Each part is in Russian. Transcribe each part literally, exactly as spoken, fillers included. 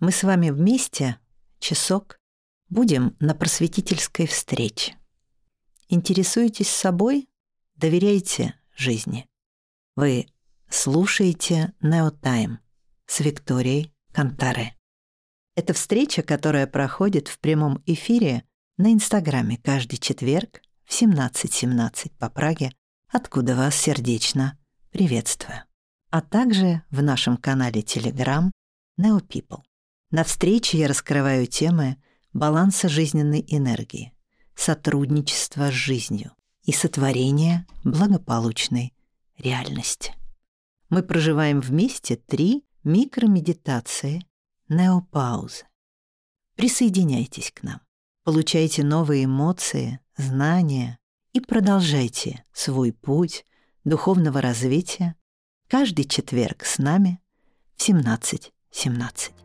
Мы с вами вместе часок будем на просветительской встрече. Интересуетесь собой? Доверяете жизни? Вы слушаете Неотайм с Викторией Кантаре. Это встреча, которая проходит в прямом эфире на Инстаграме каждый четверг в семнадцать семнадцать по Праге, откуда вас сердечно приветствую. А также в нашем канале Telegram NeoPeople. На встрече я раскрываю темы баланса жизненной энергии, сотрудничества с жизнью и сотворения благополучной реальности. Мы проживаем вместе три микромедитации неопаузы. Присоединяйтесь к нам, получайте новые эмоции, знания и продолжайте свой путь духовного развития каждый четверг с нами в семнадцать семнадцать.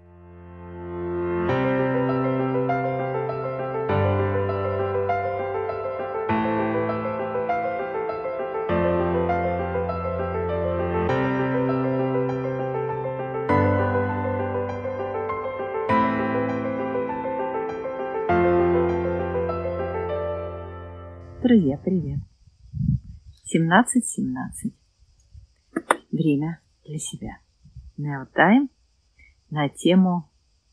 Друзья, привет! семнадцать семнадцать. Время для себя. Неотайм на тему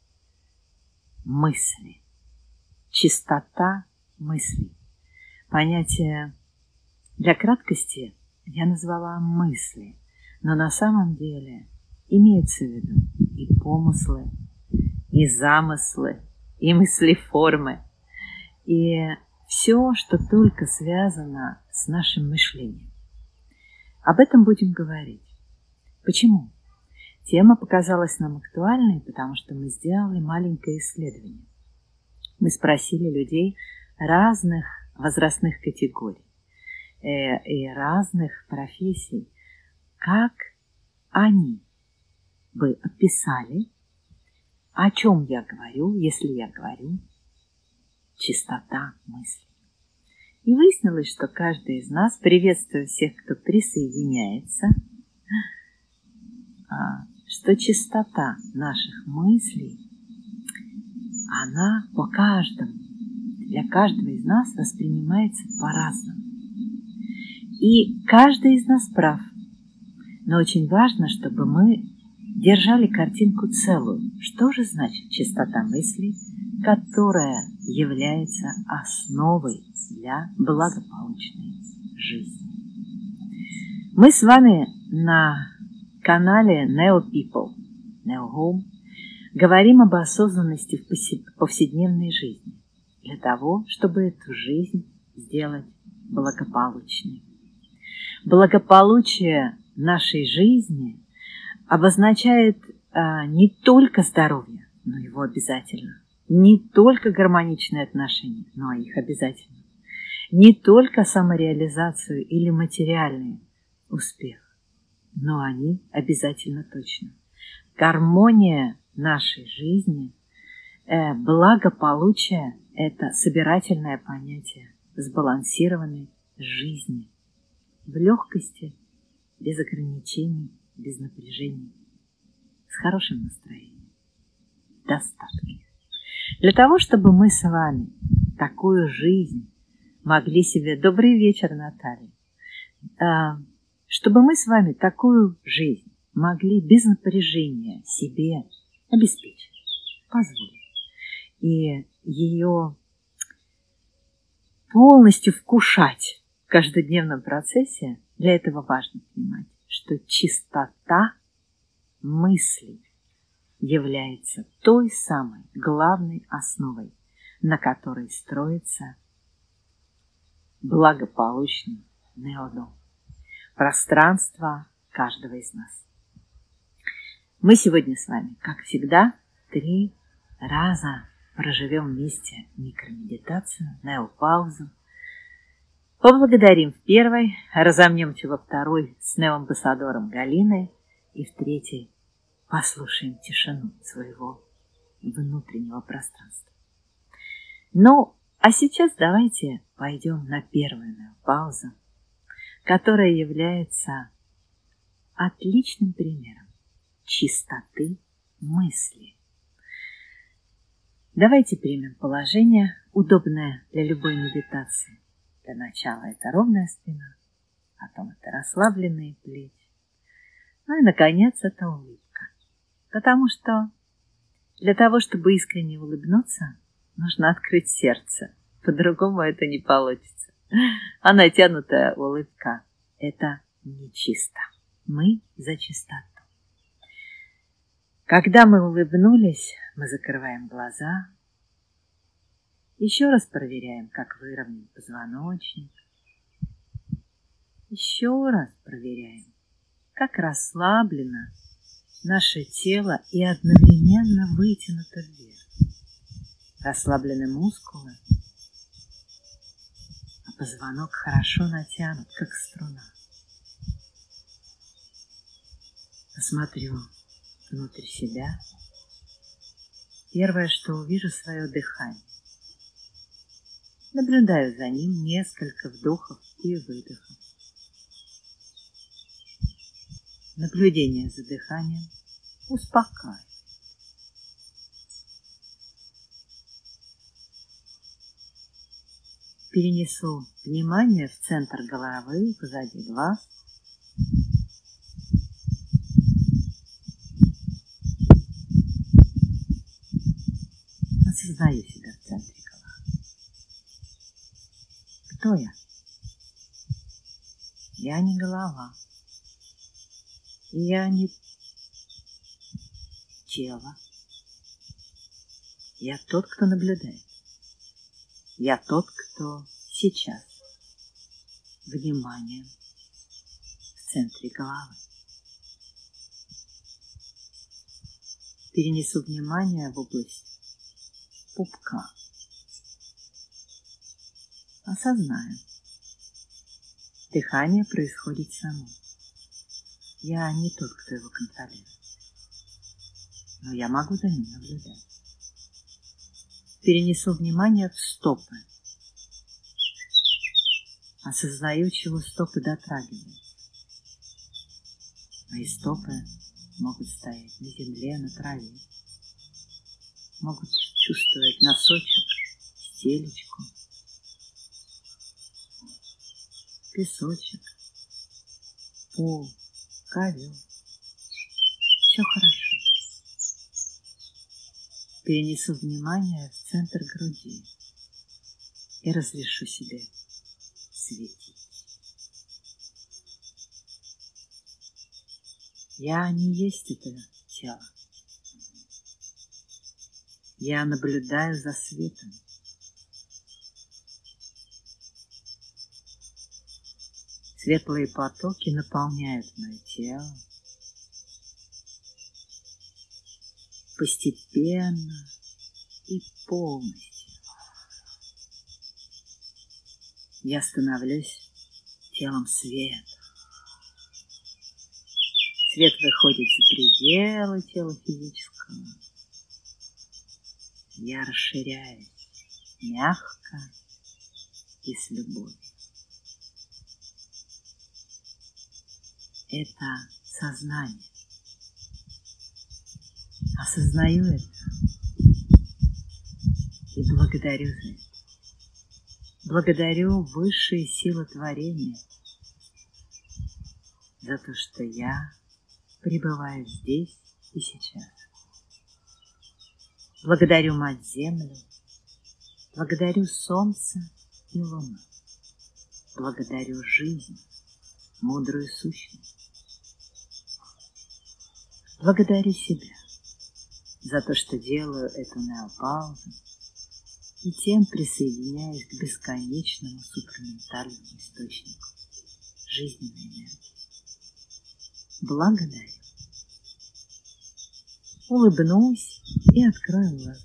мысли. Чистота мыслей. Понятие для краткости я назвала мысли, но на самом деле имеются в виду и помыслы, и замыслы, и мыслеформы, и все, что только связано с нашим мышлением. Об этом будем говорить. Почему? Тема показалась нам актуальной, потому что мы сделали маленькое исследование. Мы спросили людей разных возрастных категорий э, и разных профессий, как они бы описали, о чем я говорю, если я говорю чистота мысли. И выяснилось, что каждый из нас, приветствуя всех, кто присоединяется, что чистота наших мыслей, она по каждому, для каждого из нас воспринимается по-разному. И каждый из нас прав. Но очень важно, чтобы мы держали картинку целую. Что же значит чистота мыслей, которая является основой для благополучной жизни? Мы с вами на канале NeoPeople, NeoHome говорим об осознанности в повседневной жизни для того, чтобы эту жизнь сделать благополучной. Благополучие нашей жизни обозначает а, не только здоровье, но его обязательно. Не только гармоничные отношения, но их обязательно. Не только самореализацию или материальный успех, но они обязательно точно. Гармония нашей жизни, э, благополучие – это собирательное понятие сбалансированной жизни в легкости, без ограничений, без напряжений, с хорошим настроением, в достатке. Для того, чтобы мы с вами такую жизнь могли себе... Добрый вечер, Наталья. Чтобы мы с вами такую жизнь могли без напряжения себе обеспечить, позволить. И ее полностью вкушать в каждодневном процессе, для этого важно понимать, что чистота мыслей является той самой главной основой, на которой строится благополучный неодом, пространство каждого из нас. Мы сегодня с вами, как всегда, три раза проживем вместе микромедитацию, неопаузу, поблагодарим в первой, разомнемся во второй с неоамбассадором Галиной и в третьей послушаем тишину своего внутреннего пространства. Ну, а сейчас давайте пойдем на первую паузу, которая является отличным примером чистоты мысли. Давайте примем положение, удобное для любой медитации. Для начала это ровная спина, потом это расслабленные плечи. Ну и, наконец, это улыбка. Потому что для того, чтобы искренне улыбнуться, нужно открыть сердце. По-другому это не получится. А натянутая улыбка – это нечисто. Мы за чистоту. Когда мы улыбнулись, мы закрываем глаза, еще раз проверяем, как выровнен позвоночник, еще раз проверяем, как расслаблено наше тело и одновременно вытянуто вверх. Расслаблены мускулы, а позвонок хорошо натянут, как струна. Посмотрю внутрь себя. Первое, что увижу, свое дыхание. Наблюдаю за ним несколько вдохов и выдохов. Наблюдение за дыханием успокаивает. Перенесу внимание в центр головы, позади глаз. Осознаю себя в центре головы. Кто я? Я не голова. Я не тело. Я тот, кто наблюдает. Я тот, кто сейчас вниманием в центре головы. Перенесу внимание в область пупка. Осознаю. Дыхание происходит само. Я не тот, кто его контролирует. Но я могу за ним наблюдать. Перенесу внимание в стопы. Осознаю, чего стопы дотрагивают. Мои стопы могут стоять на земле, на траве. Могут чувствовать носочек, стелечку, песочек, пол, ковер. Все хорошо. Перенесу внимание в центр груди и разрешу себе светить. Я не есть это тело. Я наблюдаю за светом. Светлые потоки наполняют мое тело. Постепенно и полностью я становлюсь телом света. Свет выходит за пределы тела физического. Я расширяюсь мягко и с любовью. Это сознание. Осознаю это и благодарю за это. Благодарю высшие силы творения за то, что я пребываю здесь и сейчас. Благодарю Мать-Землю, благодарю Солнце и Луну, благодарю жизнь, мудрую сущность. Благодарю себя за то, что делаю эту неопаузу и тем присоединяюсь к бесконечному супраментальному источнику жизненной энергии. Благодарю. Улыбнусь и открою глаза.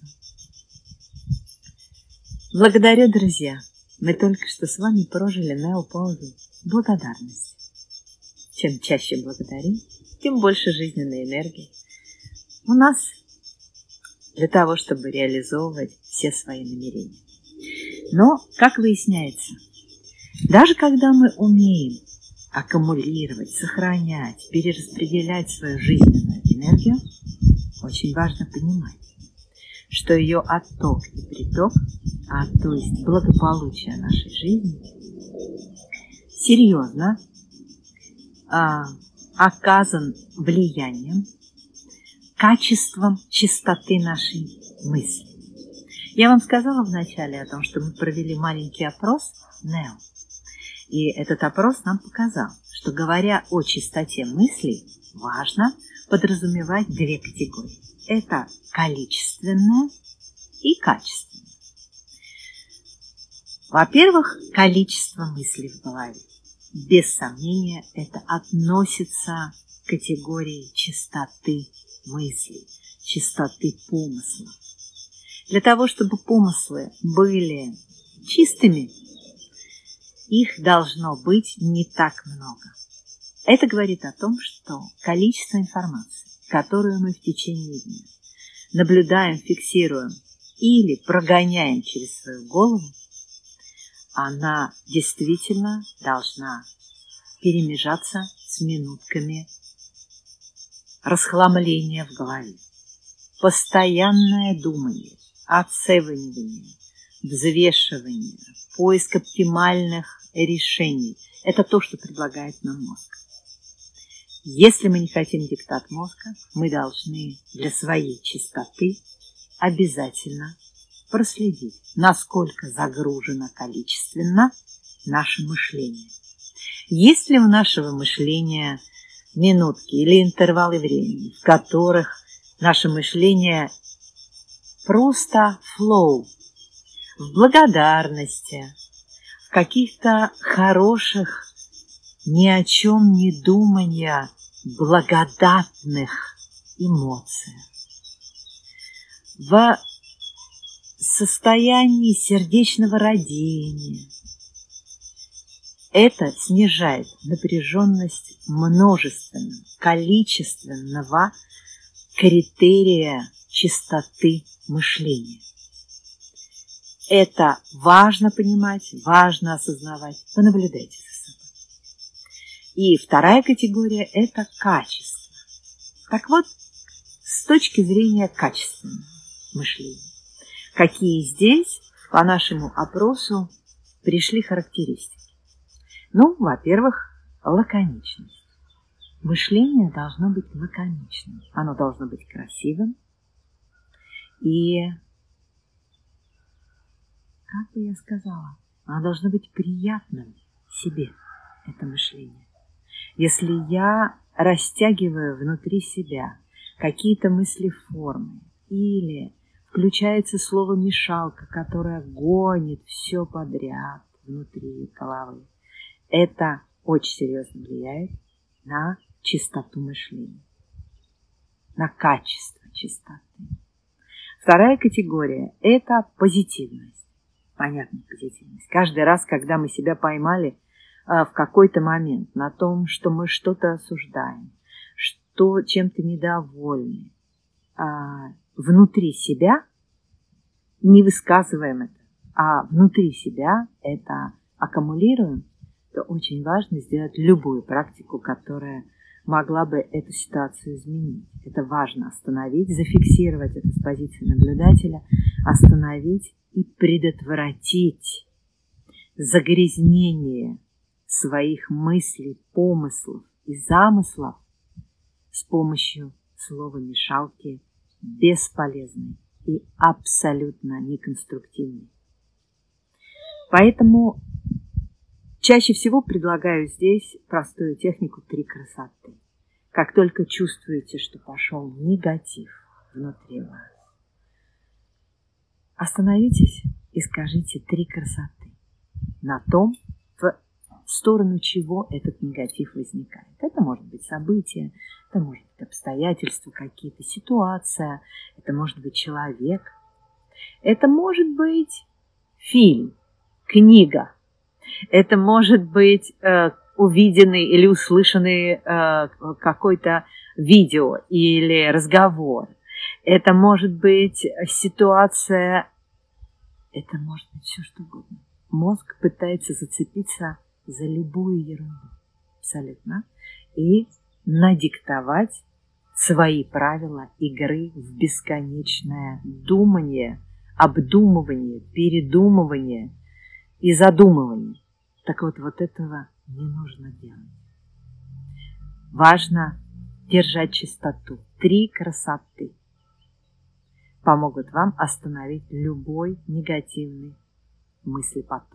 Благодарю, друзья. Мы только что с вами прожили неопаузу благодарности. Чем чаще благодарим, тем больше жизненной энергии у нас для того, чтобы реализовывать все свои намерения. Но, как выясняется, даже когда мы умеем аккумулировать, сохранять, перераспределять свою жизненную энергию, очень важно понимать, что ее отток и приток, а то есть благополучие нашей жизни, серьезно а, оказан влиянием, качеством чистоты нашей мысли. Я вам сказала вначале о том, что мы провели маленький опрос НЕО. И этот опрос нам показал, что, говоря о чистоте мыслей, важно подразумевать две категории. Это количественное и качественное. Во-первых, количество мыслей в голове. Без сомнения, это относится к категории чистоты мыслей, чистоты помыслов. Для того, чтобы помыслы были чистыми, их должно быть не так много. Это говорит о том, что количество информации, которую мы в течение дня наблюдаем, фиксируем или прогоняем через свою голову, она действительно должна перемежаться с минутками расхламления в голове. Постоянное думание, оценивание, взвешивание, поиск оптимальных решений – это то, что предлагает нам мозг. Если мы не хотим диктат мозга, мы должны для своей чистоты обязательно проследить, насколько загружено количественно наше мышление. Есть ли у нашего мышления минутки или интервалы времени, в которых наше мышление просто flow, в благодарности, в каких-то хороших, ни о чем не думания, благодатных эмоциях, в состоянии сердечного родения. Это снижает напряженность множественного, количественного критерия чистоты мышления. Это важно понимать, важно осознавать. Понаблюдайте за собой. И вторая категория – это качество. Так вот, с точки зрения качественного мышления, какие здесь по нашему опросу пришли характеристики? Ну, во-первых, лаконичность. Мышление должно быть лаконичным. Оно должно быть красивым. И, как бы я сказала, оно должно быть приятным себе, это мышление. Если я растягиваю внутри себя какие-то мыслеформы или включается слово «мешалка», которое гонит все подряд внутри головы, это очень серьезно влияет на чистоту мышления, на качество чистоты. Вторая категория – это позитивность. Понятная позитивность. Каждый раз, когда мы себя поймали а, в какой-то момент на том, что мы что-то осуждаем, что чем-то недовольны, а, внутри себя не высказываем это, а внутри себя это аккумулируем, то очень важно сделать любую практику, которая могла бы эту ситуацию изменить. Это важно остановить, зафиксировать это с позиции наблюдателя, остановить и предотвратить загрязнение своих мыслей, помыслов и замыслов с помощью слова «мешалки» бесполезной и абсолютно неконструктивной. Поэтому чаще всего предлагаю здесь простую технику «три красоты». Как только чувствуете, что пошел негатив внутри вас, остановитесь и скажите «три красоты» на том, в сторону чего этот негатив возникает. Это может быть событие, это может быть обстоятельства какие-то, ситуация, это может быть человек, это может быть фильм, книга. Это может быть э, увиденный или услышанный э, какой-то видео или разговор. Это может быть ситуация, это может быть все что угодно. Мозг пытается зацепиться за любую ерунду, абсолютно, и надиктовать свои правила игры в бесконечное думание, обдумывание, передумывание и задумывание. Так вот, вот этого не нужно делать. Важно держать чистоту. Три красоты помогут вам остановить любой негативный мыслепоток.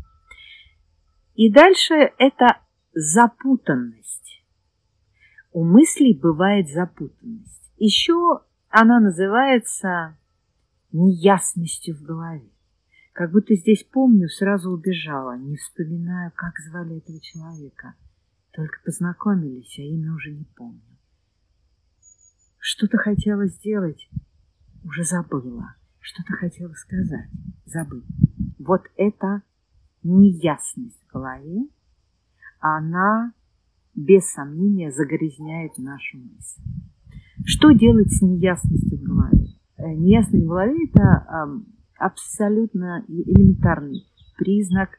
И дальше это запутанность. У мыслей бывает запутанность. Еще она называется неясностью в голове. Как будто здесь помню, сразу убежала, не вспоминаю, как звали этого человека. Только познакомились, а имя уже не помню. Что-то хотела сделать, уже забыла. Что-то хотела сказать, забыла. Вот это неясность в голове, она без сомнения загрязняет нашу мысль. Что делать с неясностью в голове? Неясность в голове – это абсолютно элементарный признак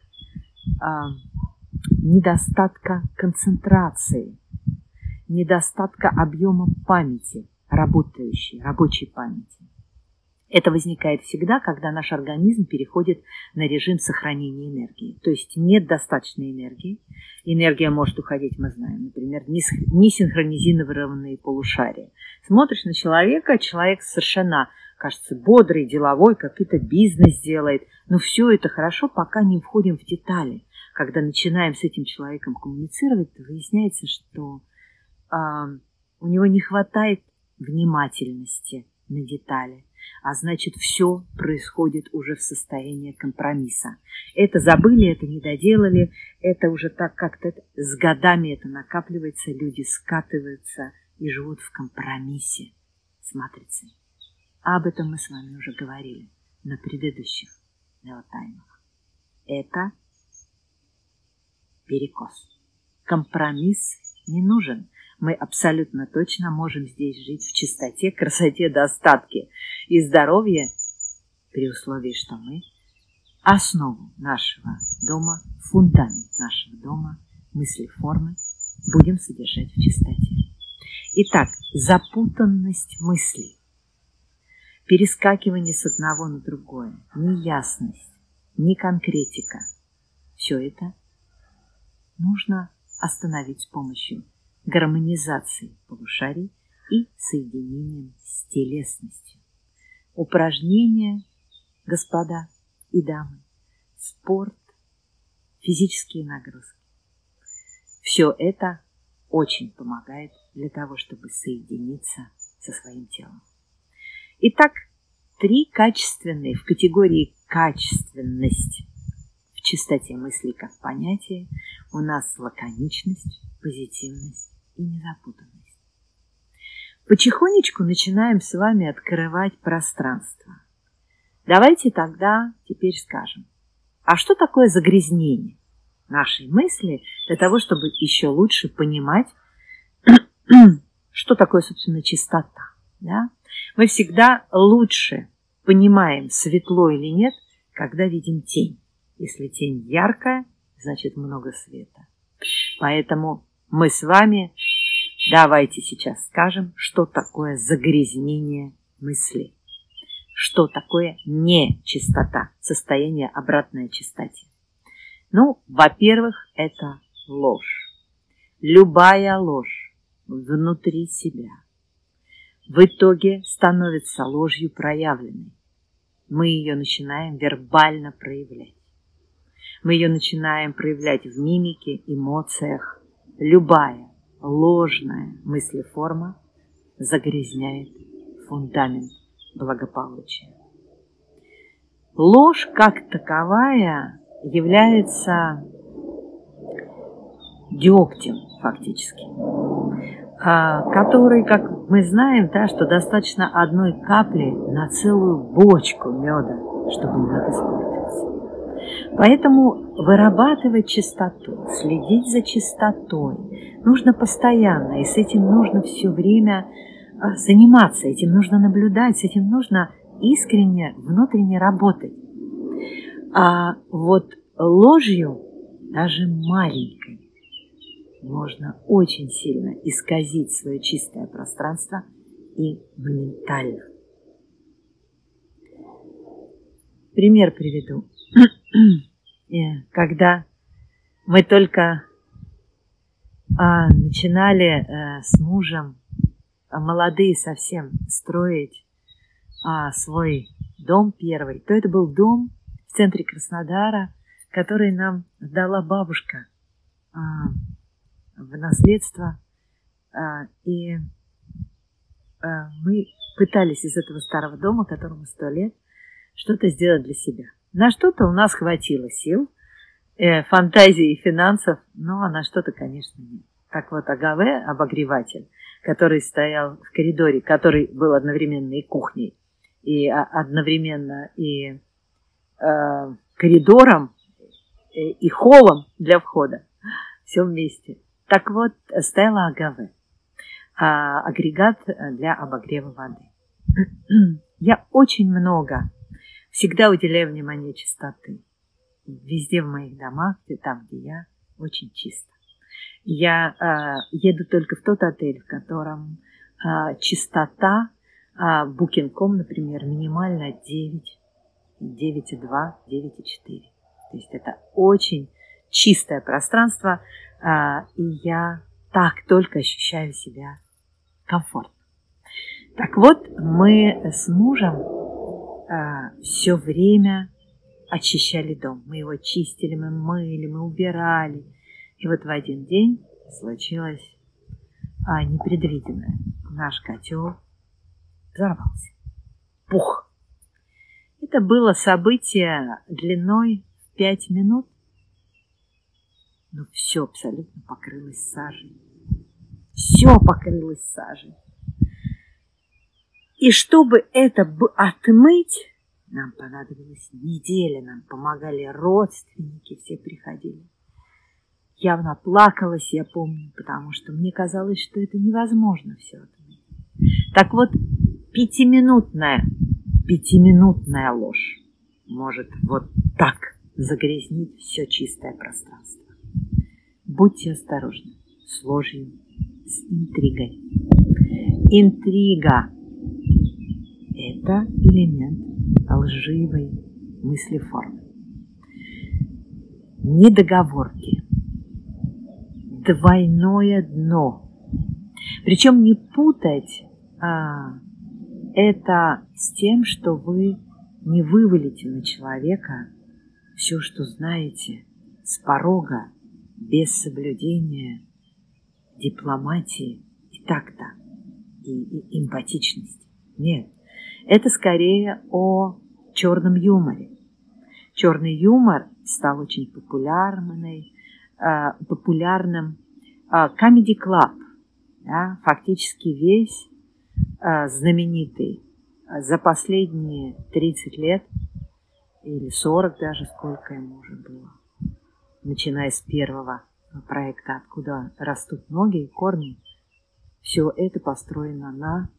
недостатка концентрации, недостатка объема памяти, работающей, рабочей памяти. Это возникает всегда, когда наш организм переходит на режим сохранения энергии. То есть нет достаточной энергии. Энергия может уходить, мы знаем, например, в несинхронизированные полушария. Смотришь на человека, человек совершенно, кажется, бодрый, деловой, какой-то бизнес делает. Но все это хорошо, пока не входим в детали. Когда начинаем с этим человеком коммуницировать, то выясняется, что э, у него не хватает внимательности на детали. А значит, все происходит уже в состоянии компромисса. Это забыли, это не доделали, это уже так как-то с годами это накапливается, люди скатываются и живут в компромиссе с матрицей. Об этом мы с вами уже говорили на предыдущих неотаймах. Это перекос. Компромисс не нужен. Мы абсолютно точно можем здесь жить в чистоте, красоте, достатке и здоровье, при условии, что мы основу нашего дома, фундамент нашего дома, мысли, формы будем содержать в чистоте. Итак, запутанность мыслей, перескакивание с одного на другое, неясность, неконкретика – все это нужно остановить с помощью гармонизации полушарий и соединением с телесностью. Упражнения, господа и дамы, спорт, физические нагрузки. Все это очень помогает для того, чтобы соединиться со своим телом. Итак, три качественные в категории качественность в чистоте мыслей как понятие у нас лаконичность, позитивность и незапутанность. Потихонечку начинаем с вами открывать пространство. Давайте тогда теперь скажем, а что такое загрязнение нашей мысли для того, чтобы еще лучше понимать, что такое, собственно, чистота. Да? Мы всегда лучше понимаем, светло или нет, когда видим тень. Если тень яркая, значит много света. Поэтому мы с вами давайте сейчас скажем, что такое загрязнение мысли. Что такое нечистота, состояние обратное чистоте. Ну, во-первых, это ложь. Любая ложь внутри себя в итоге становится ложью проявленной. Мы ее начинаем вербально проявлять. Мы ее начинаем проявлять в мимике, эмоциях. Любая ложная мыслеформа загрязняет фундамент благополучия. Ложь как таковая является дегтем фактически, который, как мы знаем, да, что достаточно одной капли на целую бочку меда, чтобы мед испортился. Поэтому вырабатывать чистоту, следить за чистотой нужно постоянно, и с этим нужно все время заниматься, этим нужно наблюдать, с этим нужно искренне, внутренне работать. А вот ложью, даже маленькой, можно очень сильно исказить свое чистое пространство и моментально. Пример приведу. Когда мы только а, начинали а, с мужем, а, молодые совсем, строить а, свой дом первый, то это был дом в центре Краснодара, который нам дала бабушка а, в наследство. А, и а, мы пытались из этого старого дома, которому сто лет, что-то сделать для себя. На что-то у нас хватило сил, э, фантазии и финансов, но на что-то, конечно, нет. Так вот, АГВ, обогреватель, который стоял в коридоре, который был одновременно и кухней, и а, одновременно и э, коридором, и, и холлом для входа, все вместе. Так вот, стояла АГВ, а, агрегат для обогрева воды. Я очень много всегда уделяю внимание чистоты. Везде в моих домах, где там, где я, очень чисто. Я э, еду только в тот отель, в котором э, чистота, э, Booking точка ком, например, минимально девять, девять и два, девять и четыре. То есть это очень чистое пространство, э, и я так только ощущаю себя комфортно. Так вот, мы с мужем все время очищали дом. Мы его чистили, мы мыли, мы убирали. И вот в один день случилось а, непредвиденное. Наш котел взорвался. Пух! Это было событие длиной в пять минут. Но все абсолютно покрылось сажей. Все покрылось сажей. И чтобы это отмыть, нам понадобилась неделя, нам помогали родственники, все приходили. Я наплакалась, я помню, потому что мне казалось, что это невозможно все отмыть. Так вот, пятиминутная, пятиминутная ложь может вот так загрязнить все чистое пространство. Будьте осторожны с ложью, с интригой. Интрига – это элемент лживой мыслеформы. Недоговорки, двойное дно. Причем не путать а, это с тем, что вы не вывалите на человека все, что знаете, с порога, без соблюдения дипломатии и такта, и, и эмпатичности. Нет, это скорее о черном юморе. Черный юмор стал очень популярный, э, популярным. Э, Comedy Club, да, фактически весь э, знаменитый э, за последние тридцать лет, или сорок даже, сколько ему уже было, начиная с первого проекта «Откуда растут ноги и корни», все это построено на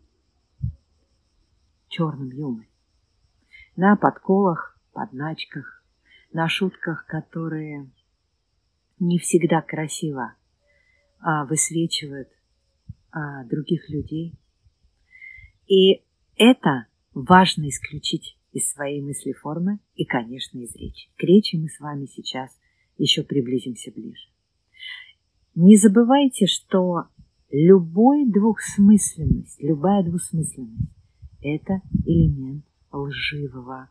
черном юморе, на подколах, подначках, на шутках, которые не всегда красиво а, высвечивают а, других людей. И это важно исключить из своей мыслеформы и, конечно, из речи. К речи мы с вами сейчас еще приблизимся ближе. Не забывайте, что любой двухсмысленность, любая двусмысленность – это элемент лживого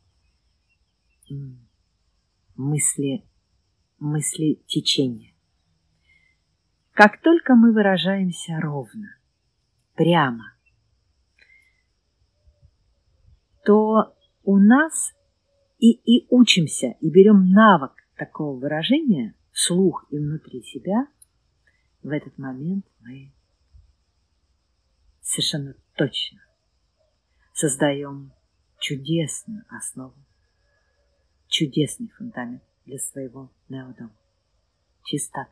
мысли, мысли течения. Как только мы выражаемся ровно, прямо, то у нас и, и учимся, и берем навык такого выражения вслух и внутри себя, в этот момент мы совершенно точно создаем чудесную основу, чудесный фундамент для своего неодома. Чистота.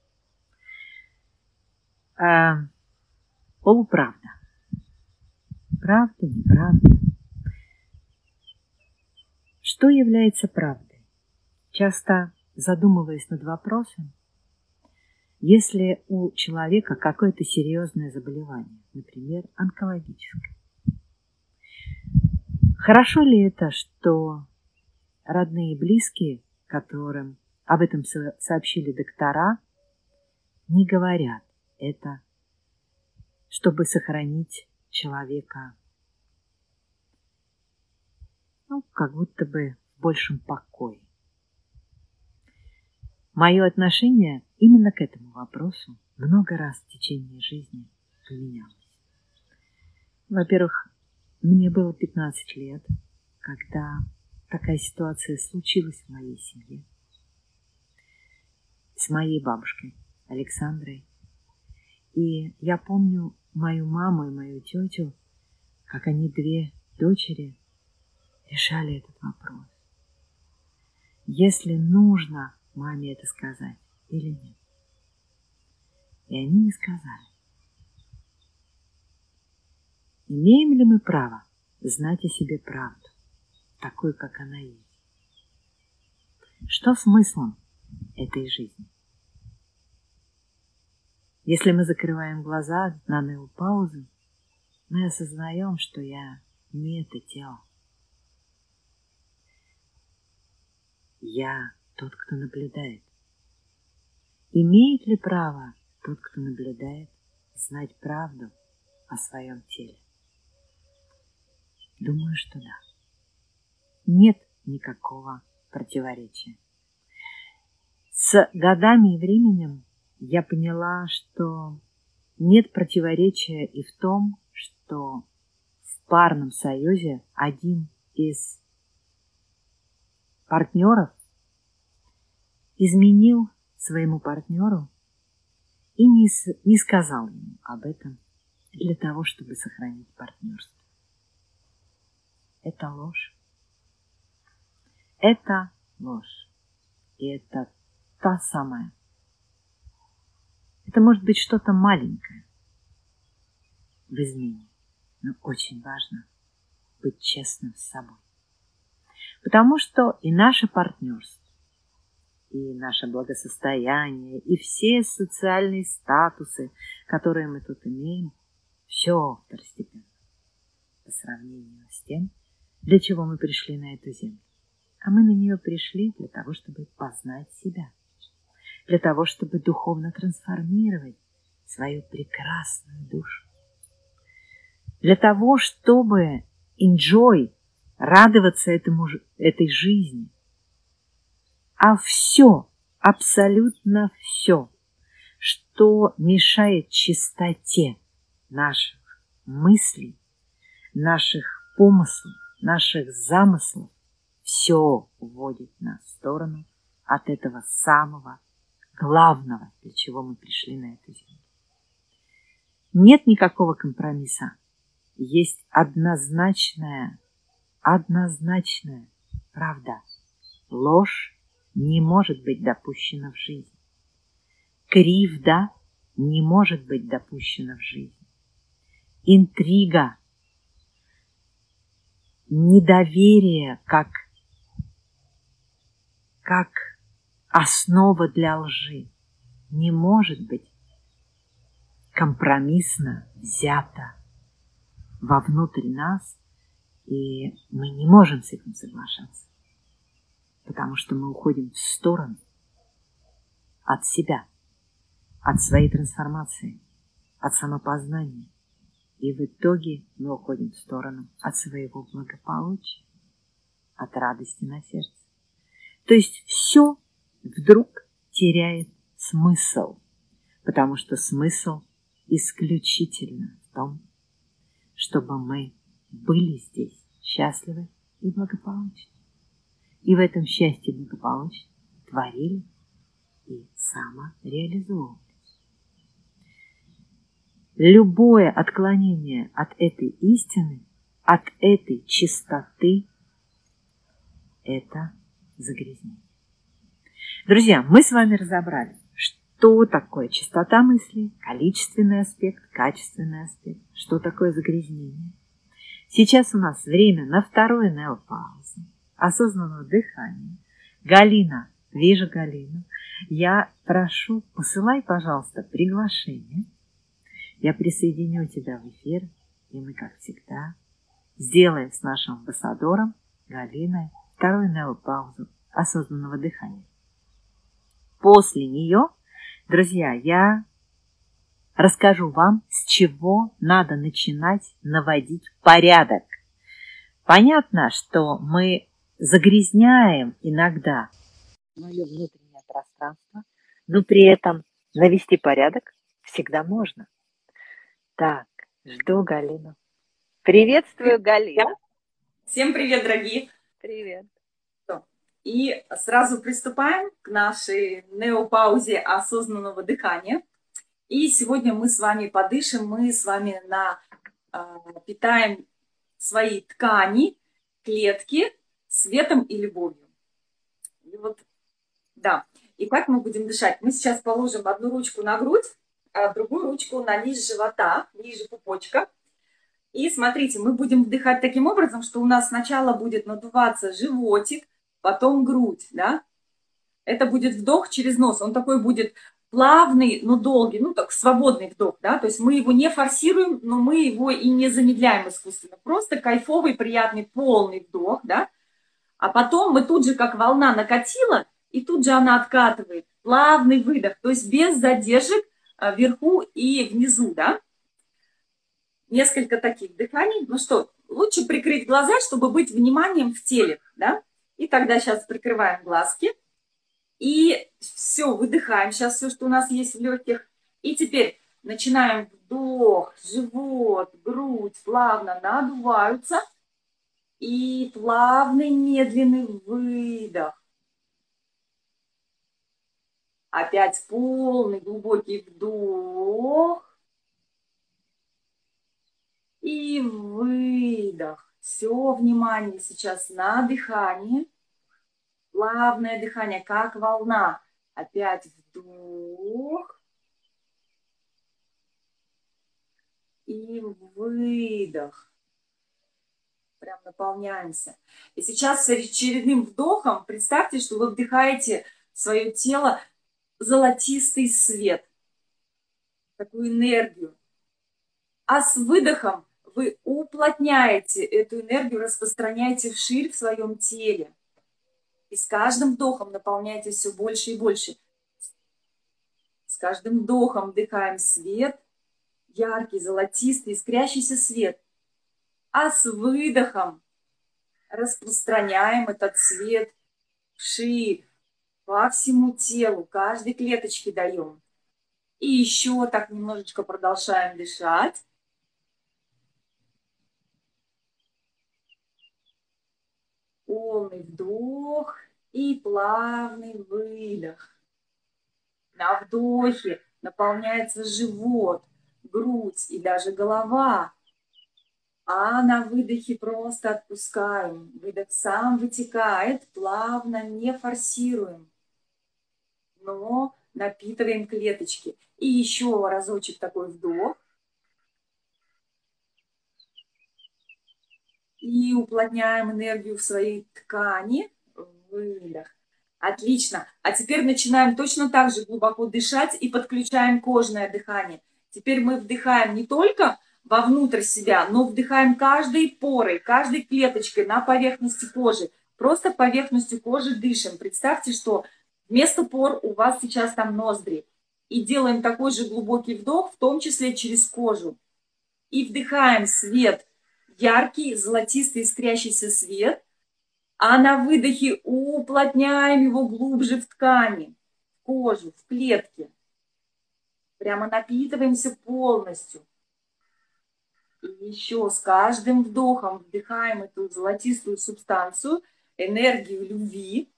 А, полуправда. Правда, неправда. Что является правдой? Часто задумываясь над вопросом, Если у человека какое-то серьезное заболевание, например, онкологическое, хорошо ли это, что родные и близкие, которым об этом сообщили доктора, не говорят это, чтобы сохранить человека, ну, как будто бы в большем покое? Мое отношение именно к этому вопросу много раз в течение жизни поменялось. Во-первых, мне было пятнадцать лет, когда такая ситуация случилась в моей семье с моей бабушкой Александрой. И я помню мою маму и мою тетю, как они, две дочери, решали этот вопрос. Если нужно маме это сказать или нет. И они не сказали. Имеем ли мы право знать о себе правду, такую, как она есть? Что смыслом этой жизни? Если мы закрываем глаза на неопаузу, мы осознаем, что я не это тело. Я тот, кто наблюдает. Имеет ли право тот, кто наблюдает, знать правду о своем теле? Думаю, что да. Нет никакого противоречия. С годами и временем я поняла, что нет противоречия и в том, что в парном союзе один из партнеров изменил своему партнеру и не, не сказал ему об этом для того, чтобы сохранить партнерство. Это ложь. Это ложь. И это та самая. Это может быть что-то маленькое в измене, но очень важно быть честным с собой. Потому что и наше партнерство, и наше благосостояние, и все социальные статусы, которые мы тут имеем, все второстепенно по сравнению с тем, для чего мы пришли на эту землю. А мы на нее пришли для того, чтобы познать себя, для того, чтобы духовно трансформировать свою прекрасную душу, для того, чтобы enjoy, радоваться этому, этой жизни. А все, абсолютно все, что мешает чистоте наших мыслей, наших помыслов, наших замыслов, все уводит нас в сторону от этого самого главного, для чего мы пришли на эту землю. Нет никакого компромисса. Есть однозначная, однозначная правда. Ложь не может быть допущена в жизнь. Кривда не может быть допущена в жизнь. Интрига, недоверие как, как основа для лжи не может быть компромиссно взята вовнутрь нас, и мы не можем с этим соглашаться, потому что мы уходим в сторону от себя, от своей трансформации, от самопознания, и в итоге мы уходим в сторону от своего благополучия, от радости на сердце. То есть все вдруг теряет смысл, потому что смысл исключительно в том, чтобы мы были здесь счастливы и благополучны. И в этом счастье и благополучии творили и самореализовывались. Любое отклонение от этой истины, от этой чистоты – это загрязнение. Друзья, мы с вами разобрали, что такое чистота мыслей, количественный аспект, качественный аспект, что такое загрязнение. Сейчас у нас время на вторую неопаузу, осознанного дыхания. Галина, вижу Галину. Я прошу, посылай, пожалуйста, приглашение. Я присоединю тебя в эфир, и мы, как всегда, сделаем с нашим амбассадором Галиной вторую неопаузу осознанного дыхания. После нее, друзья, я расскажу вам, с чего надо начинать наводить порядок. Понятно, что мы загрязняем иногда свое внутреннее пространство, но при этом навести порядок всегда можно. Так, жду Галину. Приветствую, Галина. Всем привет, дорогие. Привет. И сразу приступаем к нашей неопаузе осознанного дыхания. И сегодня мы с вами подышим, мы с вами на, э, питаем свои ткани, клетки светом и любовью. И вот, да. И как мы будем дышать? Мы сейчас положим одну ручку на грудь, а другую ручку на низ живота, ниже пупочка. И смотрите, мы будем вдыхать таким образом, что у нас сначала будет надуваться животик, потом грудь, да? Это будет вдох через нос, он такой будет плавный, но долгий, ну так свободный вдох, да? То есть мы его не форсируем, но мы его и не замедляем искусственно. Просто кайфовый, приятный, полный вдох, да? А потом мы тут же, как волна накатила, и тут же она откатывает. Плавный выдох, то есть без задержек вверху и внизу, да? Несколько таких дыханий. Ну что, лучше прикрыть глаза, чтобы быть вниманием в теле, да? И тогда сейчас прикрываем глазки. И все, выдыхаем сейчас все, что у нас есть в легких. И теперь начинаем вдох, живот, грудь плавно надуваются. И плавный, медленный выдох. Опять полный, глубокий вдох. И выдох. Все внимание сейчас на дыхание. Плавное дыхание, как волна. Опять вдох. И выдох. Прям наполняемся. И сейчас с очередным вдохом представьте, что вы вдыхаете в свое тело золотистый свет. Такую энергию. А с выдохом вы уплотняете эту энергию, распространяете вширь в своем теле. И с каждым вдохом наполняете все больше и больше. С каждым вдохом вдыхаем свет, яркий, золотистый, искрящийся свет. А с выдохом распространяем этот свет вширь, по всему телу, каждой клеточке даем. И еще так немножечко продолжаем дышать. Полный вдох и плавный выдох. На вдохе наполняется живот, грудь и даже голова. А на выдохе просто отпускаем. Выдох сам вытекает, плавно, не форсируем. Но напитываем клеточки. И еще разочек такой вдох. И уплотняем энергию в своей ткани. Выдох. Отлично. А теперь начинаем точно так же глубоко дышать и подключаем кожное дыхание. Теперь мы вдыхаем не только вовнутрь себя, но вдыхаем каждой порой, каждой клеточкой на поверхности кожи. Просто поверхностью кожи дышим. Представьте, что вместо пор у вас сейчас там ноздри. И делаем такой же глубокий вдох, в том числе через кожу. И вдыхаем свет. Яркий, золотистый, искрящийся свет, а на выдохе уплотняем его глубже в ткани, в кожу, в клетки. Прямо напитываемся полностью. И еще с каждым вдохом вдыхаем эту золотистую субстанцию, энергию любви,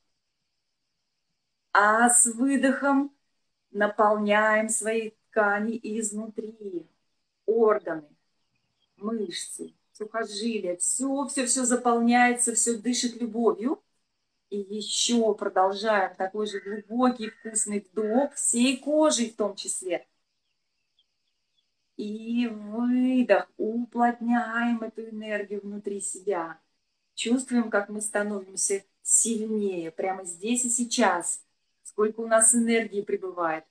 а с выдохом наполняем свои ткани изнутри, органы, мышцы, сухожилия, все, все, все заполняется, все дышит любовью. И еще продолжаем такой же глубокий вкусный вдох, всей кожей в том числе. И выдох, уплотняем эту энергию внутри себя. Чувствуем, как мы становимся сильнее, прямо здесь и сейчас. С сколько у нас энергии пребывает.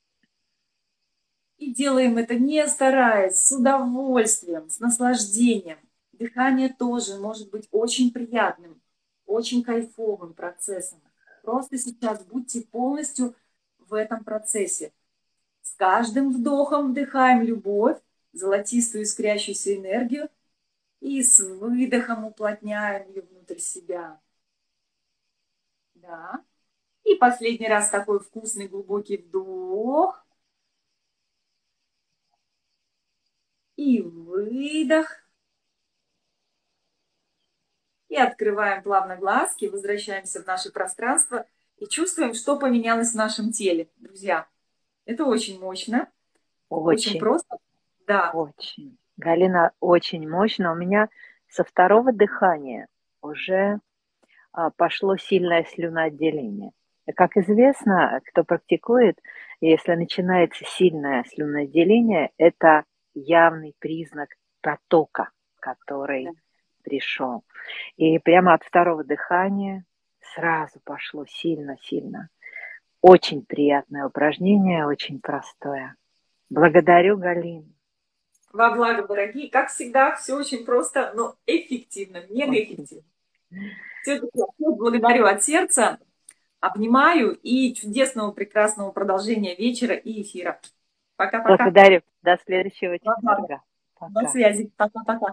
И делаем это не стараясь, с удовольствием, с наслаждением. Дыхание тоже может быть очень приятным, очень кайфовым процессом. Просто сейчас будьте полностью в этом процессе. С каждым вдохом вдыхаем любовь, золотистую искрящуюся энергию, и с выдохом уплотняем ее внутрь себя. Да. И последний раз такой вкусный глубокий вдох. И выдох. И открываем плавно глазки, возвращаемся в наше пространство и чувствуем, что поменялось в нашем теле, друзья. Это очень мощно, очень, очень просто. Да. Очень. Галина, очень мощно. У меня со второго дыхания уже а, пошло сильное слюноотделение. Как известно, кто практикует, если начинается сильное слюноотделение, это явный признак потока, который да. пришел. И прямо от второго дыхания сразу пошло сильно-сильно. Очень приятное упражнение, очень простое. Благодарю, Галину. Во благо, дорогие. Как всегда, все очень просто, но эффективно, мега эффективно. Все, благодарю от сердца, обнимаю и чудесного, прекрасного продолжения вечера и эфира. Пока-пока. Благодарю. До следующего четверга. До связи. Пока-пока.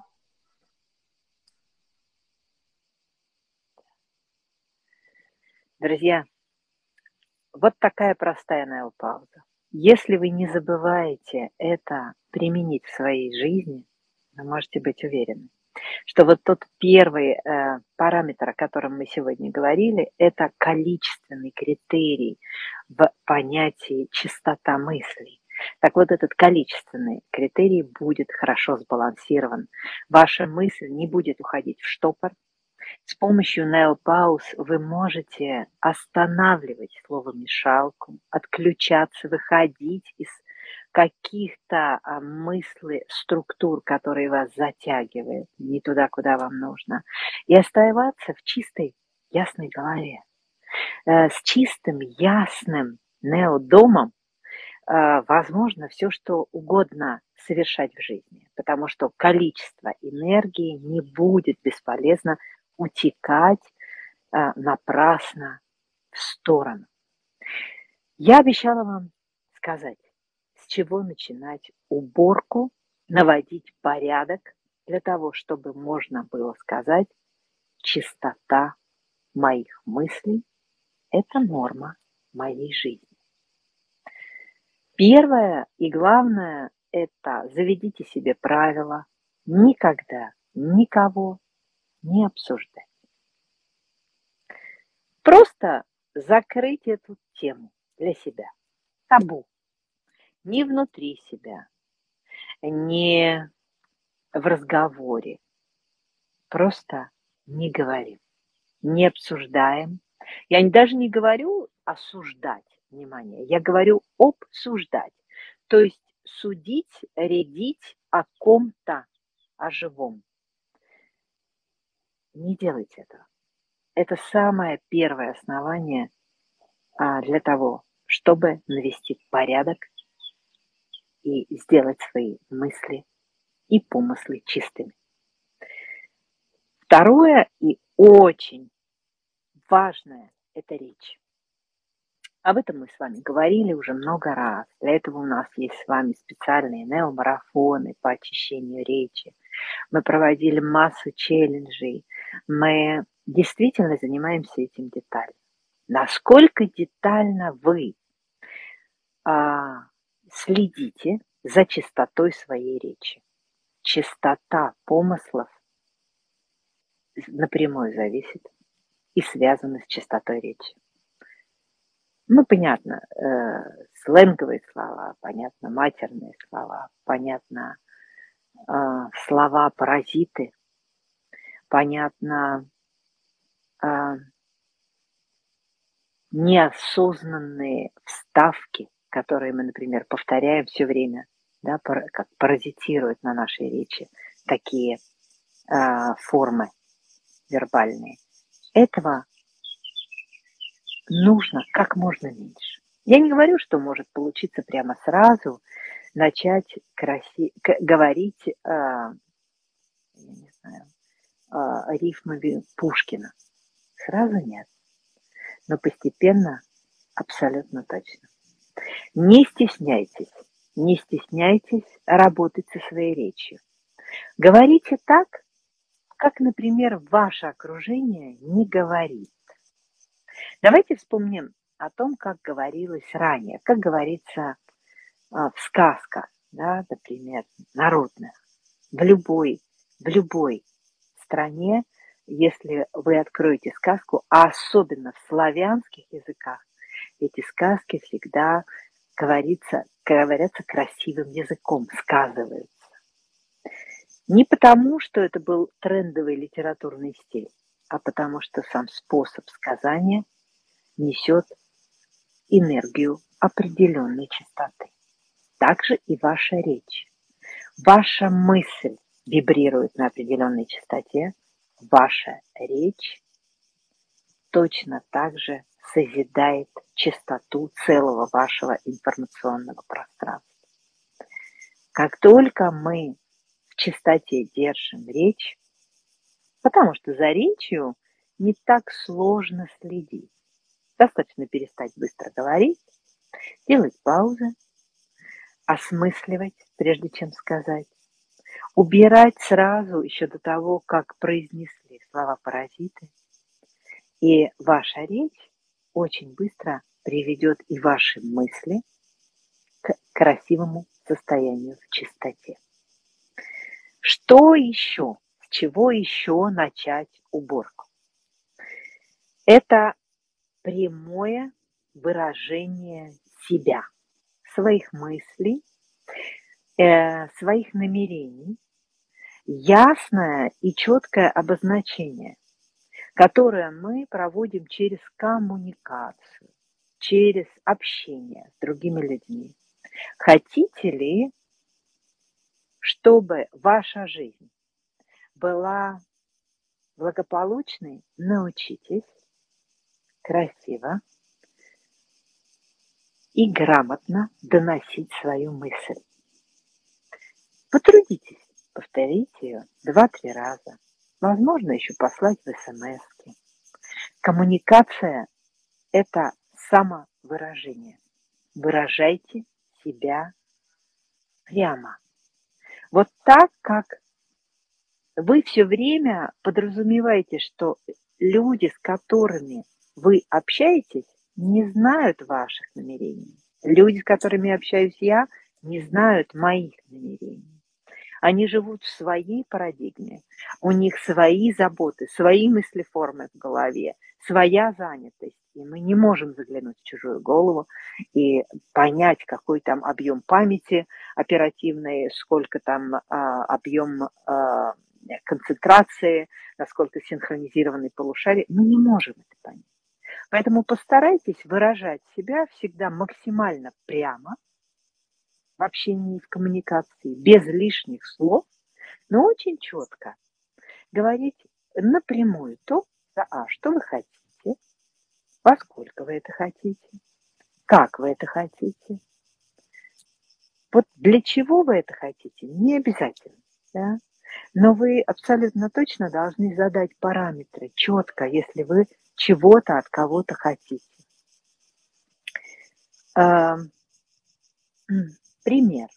Друзья, вот такая простая неопауза. Если вы не забываете это применить в своей жизни, вы можете быть уверены, что вот тот первый э, параметр, о котором мы сегодня говорили, это количественный критерий в понятии чистота мыслей. Так вот, этот количественный критерий будет хорошо сбалансирован. Ваша мысль не будет уходить в штопор. С помощью неопауз вы можете останавливать словомешалку, отключаться, выходить из каких-то а, мыслей, структур, которые вас затягивают не туда, куда вам нужно, и оставаться в чистой, ясной голове. Э, с чистым, ясным неодомом э, возможно все, что угодно совершать в жизни, потому что количество энергии не будет бесполезно утекать э, напрасно в сторону. Я обещала вам сказать, с чего начинать уборку, наводить порядок для того, чтобы можно было сказать, чистота моих мыслей – это норма моей жизни. Первое и главное – это заведите себе правило никогда никого не обсуждать. Просто закрыть эту тему для себя. Табу. Не внутри себя, не в разговоре. Просто не говорим, не обсуждаем. Я даже не говорю осуждать, внимание, я говорю обсуждать. То есть судить, рядить о ком-то, о живом. Не делайте этого. Это самое первое основание а, для того, чтобы навести порядок и сделать свои мысли и помыслы чистыми. Второе и очень важное – это речь. Об этом мы с вами говорили уже много раз. Для этого у нас есть с вами специальные неомарафоны по очищению речи. Мы проводили массу челленджей. Мы действительно занимаемся этим детально. Насколько детально вы а, следите за чистотой своей речи? Чистота помыслов напрямую зависит и связана с чистотой речи. Ну, понятно, э, сленговые слова, понятно, матерные слова, понятно, э, слова-паразиты, понятно, э, неосознанные вставки, которые мы, например, повторяем все время, да, пар, как паразитируют на нашей речи такие э, формы вербальные. Этого нужно как можно меньше. Я не говорю, что может получиться прямо сразу начать краси... говорить, э, я не знаю, э, рифмами Пушкина. Сразу нет, но постепенно абсолютно точно. Не стесняйтесь, не стесняйтесь работать со своей речью. Говорите так, как, например, ваше окружение не говорит. Давайте вспомним о том, как говорилось ранее, как говорится в сказках, да, например, народных. В любой, в любой стране, если вы откроете сказку, а особенно в славянских языках, эти сказки всегда говорится, говорятся красивым языком, сказываются. Не потому, что это был трендовый литературный стиль, а потому что сам способ сказания несет энергию определенной частоты. Также и ваша речь. Ваша мысль вибрирует на определенной частоте, ваша речь точно так же созидает частоту целого вашего информационного пространства. Как только мы в частоте держим речь, потому что за речью не так сложно следить. Достаточно перестать быстро говорить, делать паузы, осмысливать, прежде чем сказать, убирать сразу, еще до того, как произнесли слова-паразиты. И ваша речь очень быстро приведет и ваши мысли к красивому состоянию в чистоте. Что еще? С чего еще начать уборку? Это прямое выражение себя, своих мыслей, э, своих намерений, ясное и четкое обозначение, которое мы проводим через коммуникацию, через общение с другими людьми. Хотите ли, чтобы ваша жизнь была благополучной? Научитесь красиво и грамотно доносить свою мысль. Потрудитесь повторить ее два-три раза. Возможно, еще послать в смс-ки. Коммуникация – это самовыражение. Выражайте себя прямо. Вот так, как вы все время подразумеваете, что люди, с которыми вы общаетесь, не знают ваших намерений. Люди, с которыми общаюсь я, не знают моих намерений. Они живут в своей парадигме, у них свои заботы, свои мыслеформы в голове, своя занятость. И мы не можем заглянуть в чужую голову и понять, какой там объем памяти оперативной, сколько там а, объем а, концентрации, насколько синхронизированы полушария. Мы не можем это понять. Поэтому постарайтесь выражать себя всегда максимально прямо, в общении, в коммуникации, без лишних слов, но очень четко говорить напрямую то, а что вы хотите, во сколько вы это хотите, как вы это хотите. Вот для чего вы это хотите, не обязательно, да? Но вы абсолютно точно должны задать параметры четко, если вы чего-то от кого-то хотите. Пример.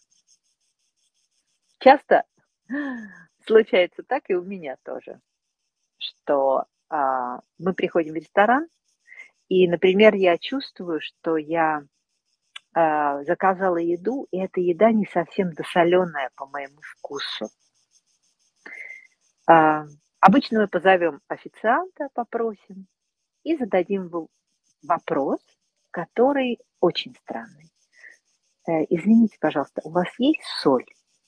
Часто случается так, и у меня тоже, что а, мы приходим в ресторан, и, например, я чувствую, что я а, заказала еду, и эта еда не совсем досоленая по моему вкусу. А, обычно мы позовем официанта, попросим, и зададим вопрос, который очень странный. Извините, пожалуйста, у вас есть соль?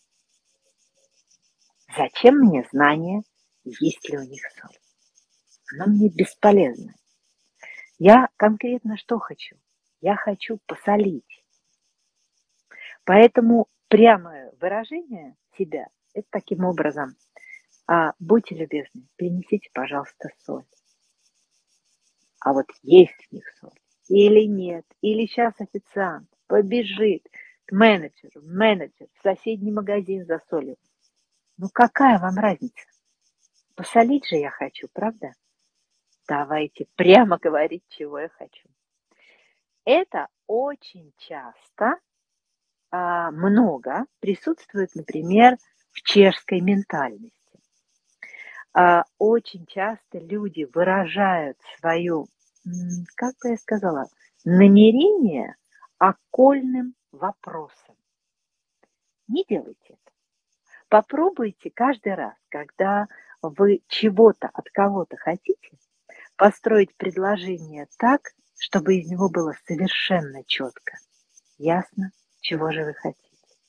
Зачем мне знание, есть ли у них соль? Оно мне бесполезно. Я конкретно что хочу? Я хочу посолить. Поэтому прямое выражение себя – это таким образом. А, будьте любезны, принесите, пожалуйста, соль. А вот есть в них соль или нет, или сейчас официант побежит к менеджеру, менеджер в соседний магазин за солью. Ну какая вам разница? Посолить же я хочу, правда? Давайте прямо говорить, чего я хочу. Это очень часто, а, много присутствует, например, в чешской ментальности. А, очень часто люди выражают свою, как бы я сказала, намерение окольным вопросом. Не делайте это. Попробуйте каждый раз, когда вы чего-то от кого-то хотите, построить предложение так, чтобы из него было совершенно четко, ясно, чего же вы хотите.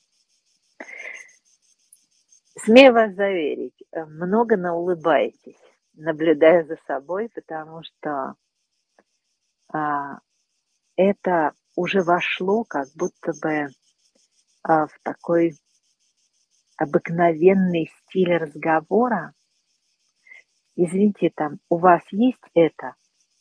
Смею вас заверить, много наулыбаетесь, наблюдая за собой, потому что а, это уже вошло как будто бы а, в такой обыкновенный стиль разговора. Извините, там у вас есть это?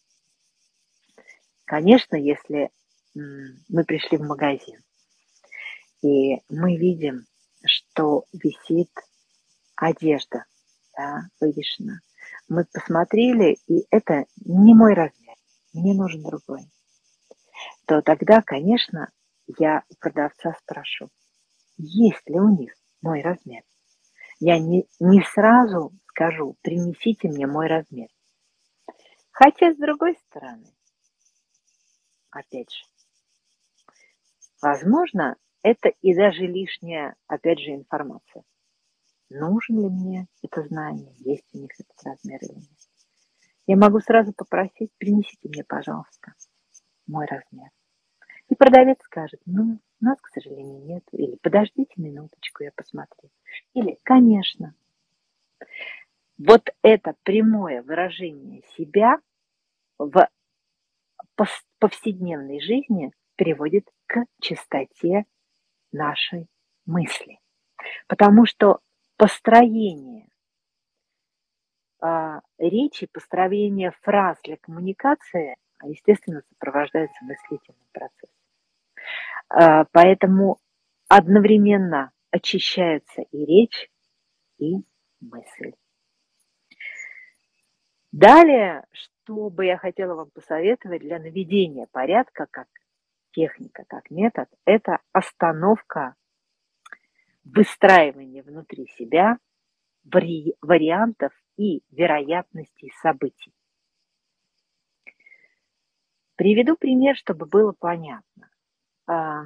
Конечно, если м, мы пришли в магазин, и мы видим, что висит одежда, да, вывешена. Мы посмотрели, и это не мой размер, мне нужен другой. То тогда, конечно, я у продавца спрошу, есть ли у них мой размер. Я не, не сразу скажу, принесите мне мой размер. Хотя, с другой стороны, опять же, возможно, это и даже лишняя, опять же, информация. Нужен ли мне это знание, есть у них этот размер или нет. Я могу сразу попросить, принесите мне, пожалуйста, мой размер. И продавец скажет, ну, у нас, к сожалению, нет. Или подождите минуточку, я посмотрю. Или, конечно. Вот это прямое выражение себя в повседневной жизни приводит к чистоте нашей мысли. Потому что построение э, речи, построение фраз для коммуникации, естественно, сопровождается мыслительным процессом. Э, поэтому одновременно очищается и речь, и мысль. Далее, что бы я хотела вам посоветовать для наведения порядка, как техника, как метод, это остановка выстраивания внутри себя вари- вариантов и вероятностей событий. Приведу пример, чтобы было понятно. А,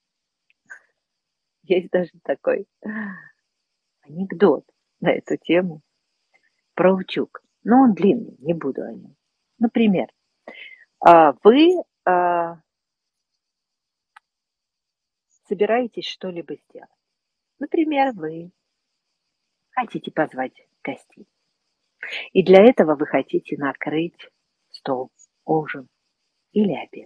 есть даже такой анекдот на эту тему про утюг. Но он длинный, не буду о нем. Например, а, вы а, собираетесь что-либо сделать. Например, вы хотите позвать гостей. И для этого вы хотите накрыть стол, ужин или обед.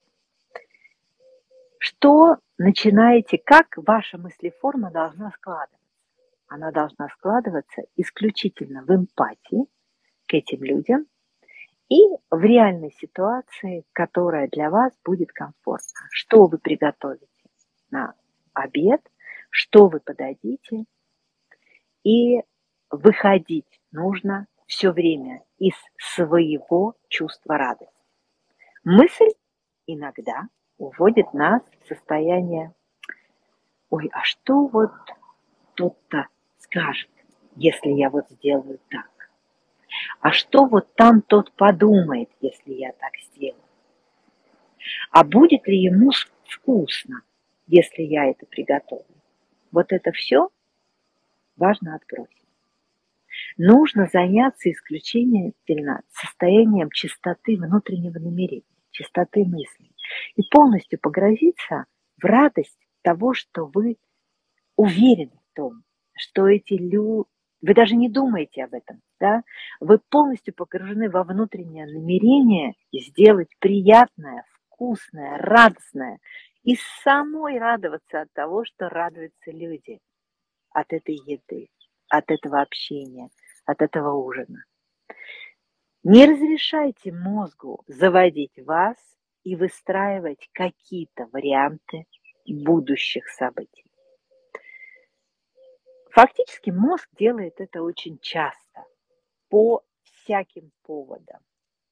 Что начинаете, как ваша мыслеформа должна складываться? Она должна складываться исключительно в эмпатии к этим людям и в реальной ситуации, которая для вас будет комфортна. Что вы приготовите на обед, что вы подадите, и выходить нужно все время из своего чувства радости. Мысль иногда уводит нас в состояние, ой, а что вот тот-то скажет, если я вот сделаю так? А что вот там тот подумает, если я так сделаю? А будет ли ему вкусно, если я это приготовлю? Вот это все важно отбросить. Нужно заняться исключительно состоянием чистоты внутреннего намерения, чистоты мыслей. И полностью погрузиться в радость того, что вы уверены в том, что эти люди, вы даже не думаете об этом, да? Вы полностью погружены во внутреннее намерение сделать приятное, вкусное, радостное и самой радоваться от того, что радуются люди от этой еды, от этого общения, от этого ужина. Не разрешайте мозгу заводить вас и выстраивать какие-то варианты будущих событий. Фактически мозг делает это очень часто, по всяким поводам.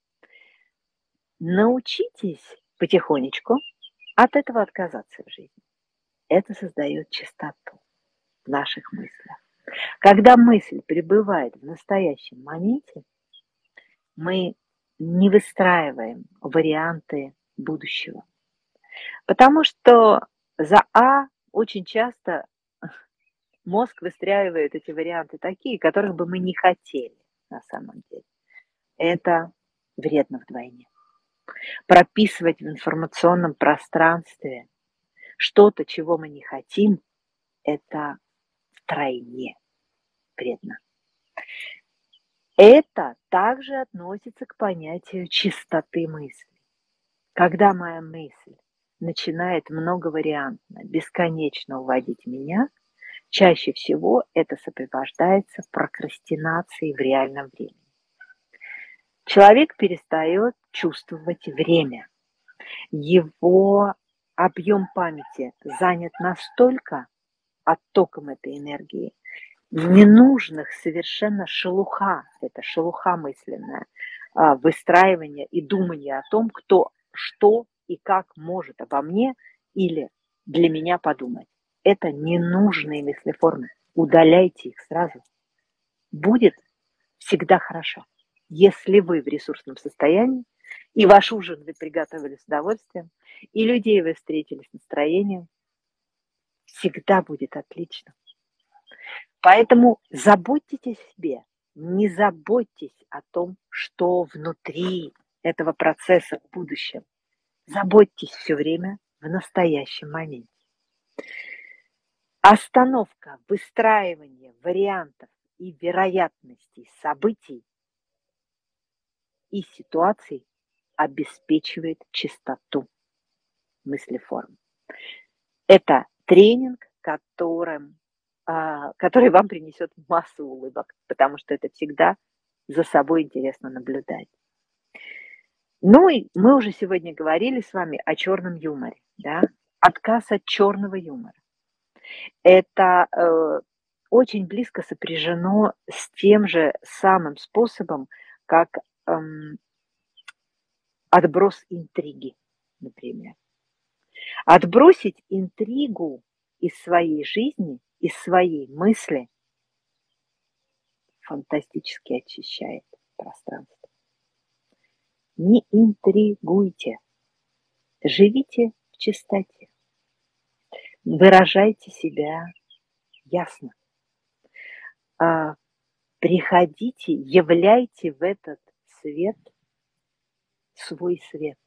Научитесь потихонечку от этого отказаться в жизни. Это создает чистоту в наших мыслях. Когда мысль пребывает в настоящем моменте, мы не выстраиваем варианты будущего. Потому что за А очень часто мозг выстраивает эти варианты такие, которых бы мы не хотели на самом деле. Это вредно вдвойне. Прописывать в информационном пространстве что-то, чего мы не хотим, это втройне вредно. Это также относится к понятию чистоты мысли. Когда моя мысль начинает многовариантно, бесконечно уводить меня, чаще всего это сопровождается прокрастинацией в реальном времени. Человек перестает чувствовать время. Его объем памяти занят настолько оттоком этой энергии, ненужных совершенно шелуха, это шелуха мысленная, выстраивание и думание о том, кто, что и как может обо мне или для меня подумать. Это ненужные мыслеформы. Удаляйте их сразу. Будет всегда хорошо. Если вы в ресурсном состоянии, и ваш ужин вы приготовили с удовольствием, и людей вы встретили с настроением, всегда будет отлично. Поэтому заботьтесь о себе, не заботьтесь о том, что внутри этого процесса в будущем. Заботьтесь все время в настоящем моменте. Остановка выстраивания вариантов и вероятностей событий и ситуаций обеспечивает чистоту мыслеформ. Это тренинг, которым, а, который вам принесет массу улыбок, потому что это всегда за собой интересно наблюдать. Ну и мы уже сегодня говорили с вами о черном юморе, да? Отказ от черного юмора. Это э, очень близко сопряжено с тем же самым способом, как эм, отброс интриги, например. Отбросить интригу из своей жизни, из своей мысли фантастически очищает пространство. Не интригуйте, живите в чистоте, выражайте себя ясно, а, приходите, являйте в этот свет свой свет.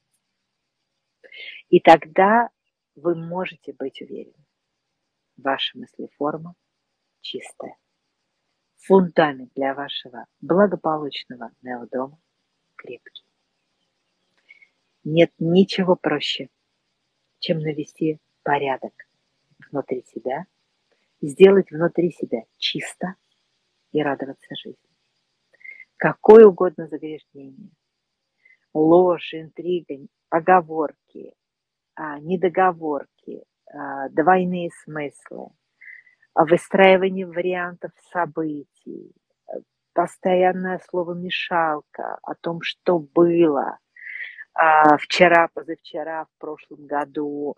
И тогда вы можете быть уверены, ваша мыслеформа чистая. Фундамент для вашего благополучного неодома крепкий. Нет ничего проще, чем навести порядок внутри себя, сделать внутри себя чисто и радоваться жизни. Какое угодно загрязнение, ложь, интрига, оговорки, недоговорки, двойные смыслы, выстраивание вариантов событий, постоянное слово-мешалка о том, что было вчера, позавчера, в прошлом году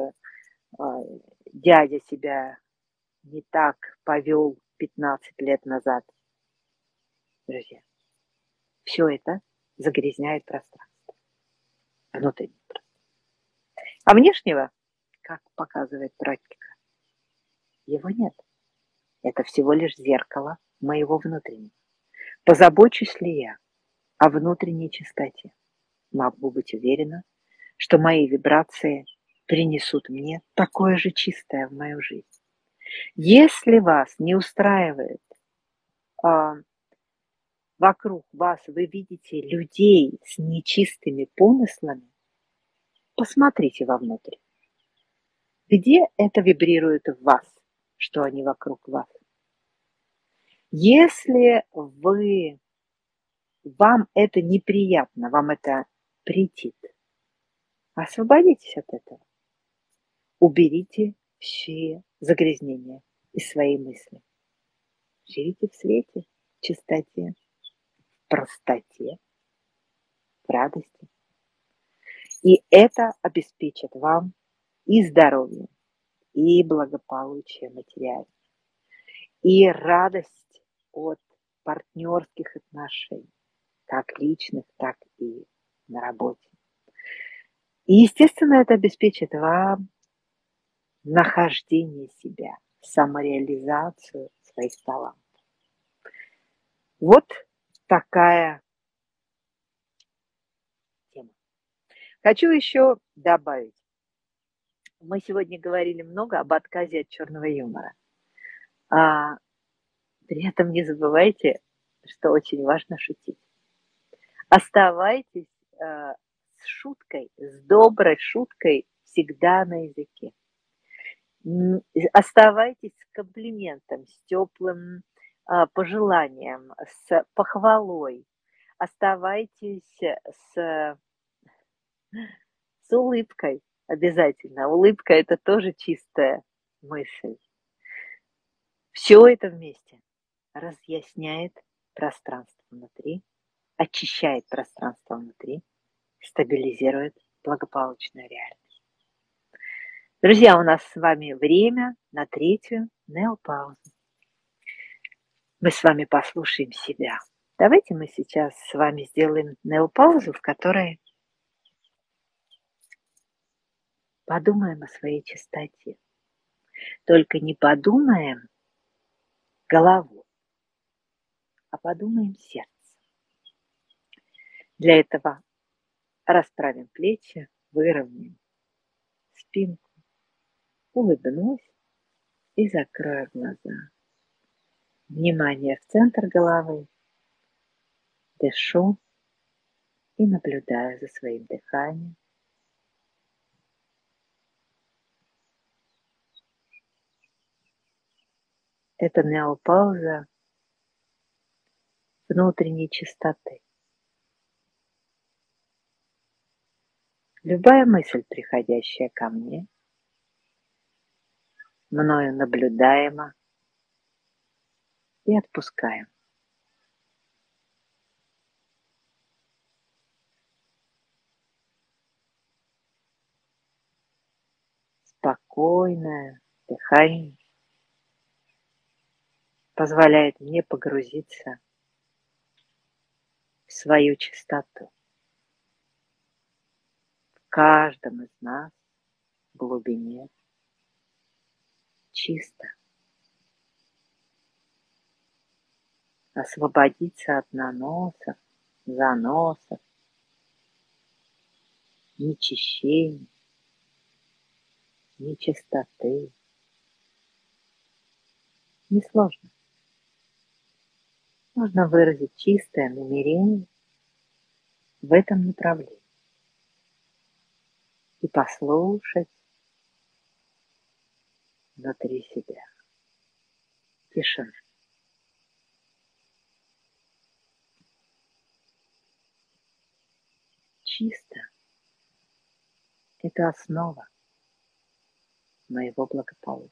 дядя себя не так повел пятнадцать лет назад. Друзья, все это загрязняет пространство, внутреннее пространство. А внешнего, как показывает практика, его нет. Это всего лишь зеркало моего внутреннего. Позабочусь ли я о внутренней чистоте? Могу быть уверена, что мои вибрации принесут мне такое же чистое в мою жизнь. Если вас не устраивает а, вокруг вас, вы видите людей с нечистыми помыслами, посмотрите вовнутрь. Где это вибрирует в вас, что они вокруг вас? Если вы вам это неприятно, вам это претит. Освободитесь от этого. Уберите все загрязнения из своей мысли. Живите в свете, в чистоте, в простоте, в радости. И это обеспечит вам и здоровье, и благополучие материальное, и радость от партнерских отношений, как личных, так и на работе. И, естественно, это обеспечит вам нахождение себя, самореализацию своих талантов. Вот такая тема. Хочу еще добавить. Мы сегодня говорили много об отказе от черного юмора. А при этом не забывайте, что очень важно шутить. Оставайтесь э, с шуткой, с доброй шуткой всегда на языке. Оставайтесь с комплиментом, с теплым э, пожеланием, с похвалой. Оставайтесь с, с улыбкой обязательно. Улыбка – это тоже чистая мысль. Все это вместе разъясняет пространство внутри, очищает пространство внутри, стабилизирует благополучную реальность. Друзья, у нас с вами время на третью неопаузу. Мы с вами послушаем себя. Давайте мы сейчас с вами сделаем неопаузу, в которой подумаем о своей чистоте. Только не подумаем головой, а подумаем сердцем. Для этого расправим плечи, выровняем спинку, улыбнусь и закрою глаза. Внимание в центр головы. Дышу и наблюдаю за своим дыханием. Это неопауза внутренней чистоты. Любая мысль, приходящая ко мне, мною наблюдаема и отпускаем. Спокойное дыхание позволяет мне погрузиться в свою чистоту. В каждом из нас в глубине чисто. Освободиться от наносов, заносов, нечищений, нечистоты. Несложно. Можно выразить чистое намерение в этом направлении и послушать внутри себя тишину. Чисто – это основа моего благополучия.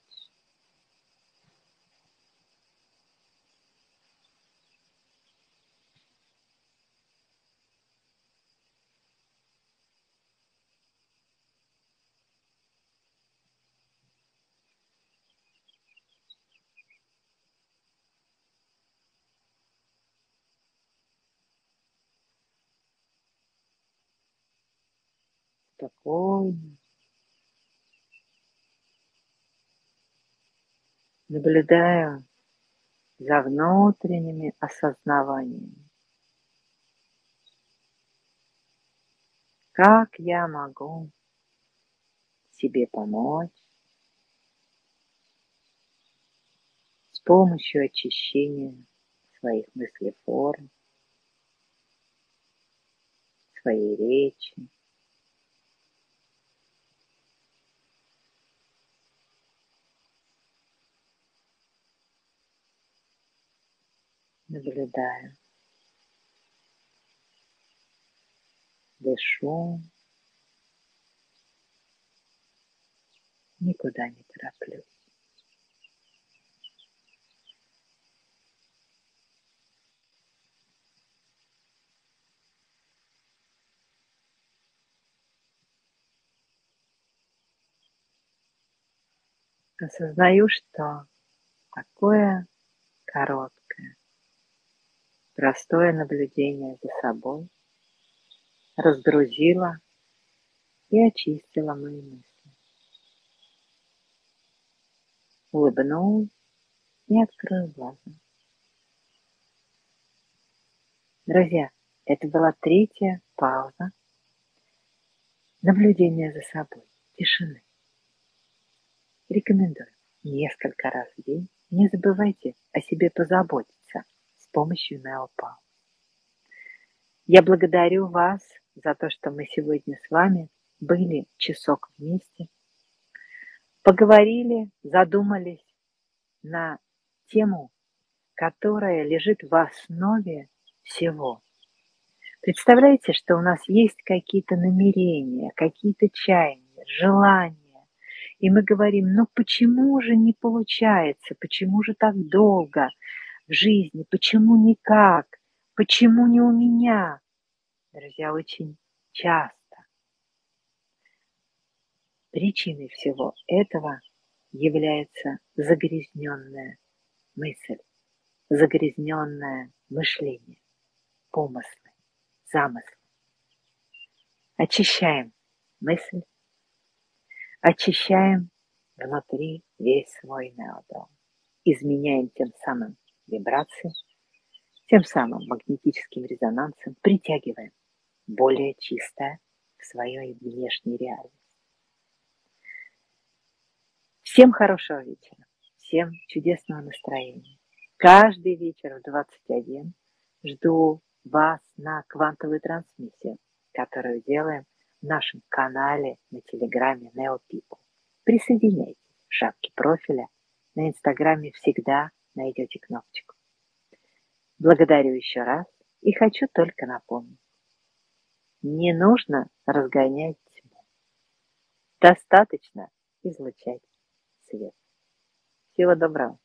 Спокойно. Наблюдаю за внутренними осознаваниями. Как я могу себе помочь с помощью очищения своих мыслеформ, своей речи. Наблюдаю дышу, никуда не тороплюсь. Осознаю, что такое короткое, простое наблюдение за собой разгрузило и очистило мои мысли. Улыбнулась и открою глаза. Друзья, это была третья пауза наблюдения за собой, тишины. Рекомендую несколько раз в день. Не забывайте о себе позаботиться с помощью неопауз. Я благодарю вас за то, что мы сегодня с вами были часок вместе, поговорили, задумались на тему, которая лежит в основе всего. Представляете, что у нас есть какие-то намерения, какие-то чаяния, желания, и мы говорим, ну почему же не получается, почему же так долго в жизни, почему никак, почему не у меня? Друзья, очень часто причиной всего этого является загрязненная мысль, загрязненное мышление, помыслы, замыслы. Очищаем мысль, очищаем внутри весь свой неодом, изменяем тем самым вибрации, тем самым магнетическим резонансом притягиваем более чистое в своей внешней реальности. Всем хорошего вечера, всем чудесного настроения. Каждый вечер в двадцать один жду вас на квантовую трансмиссию, которую делаем в нашем канале на Телеграме NeoPeople. Присоединяйтесь в шапке профиля. На Инстаграме всегда найдете кнопочку. Благодарю еще раз и хочу только напомнить. Не нужно разгонять тьму. Достаточно излучать свет. Всего доброго.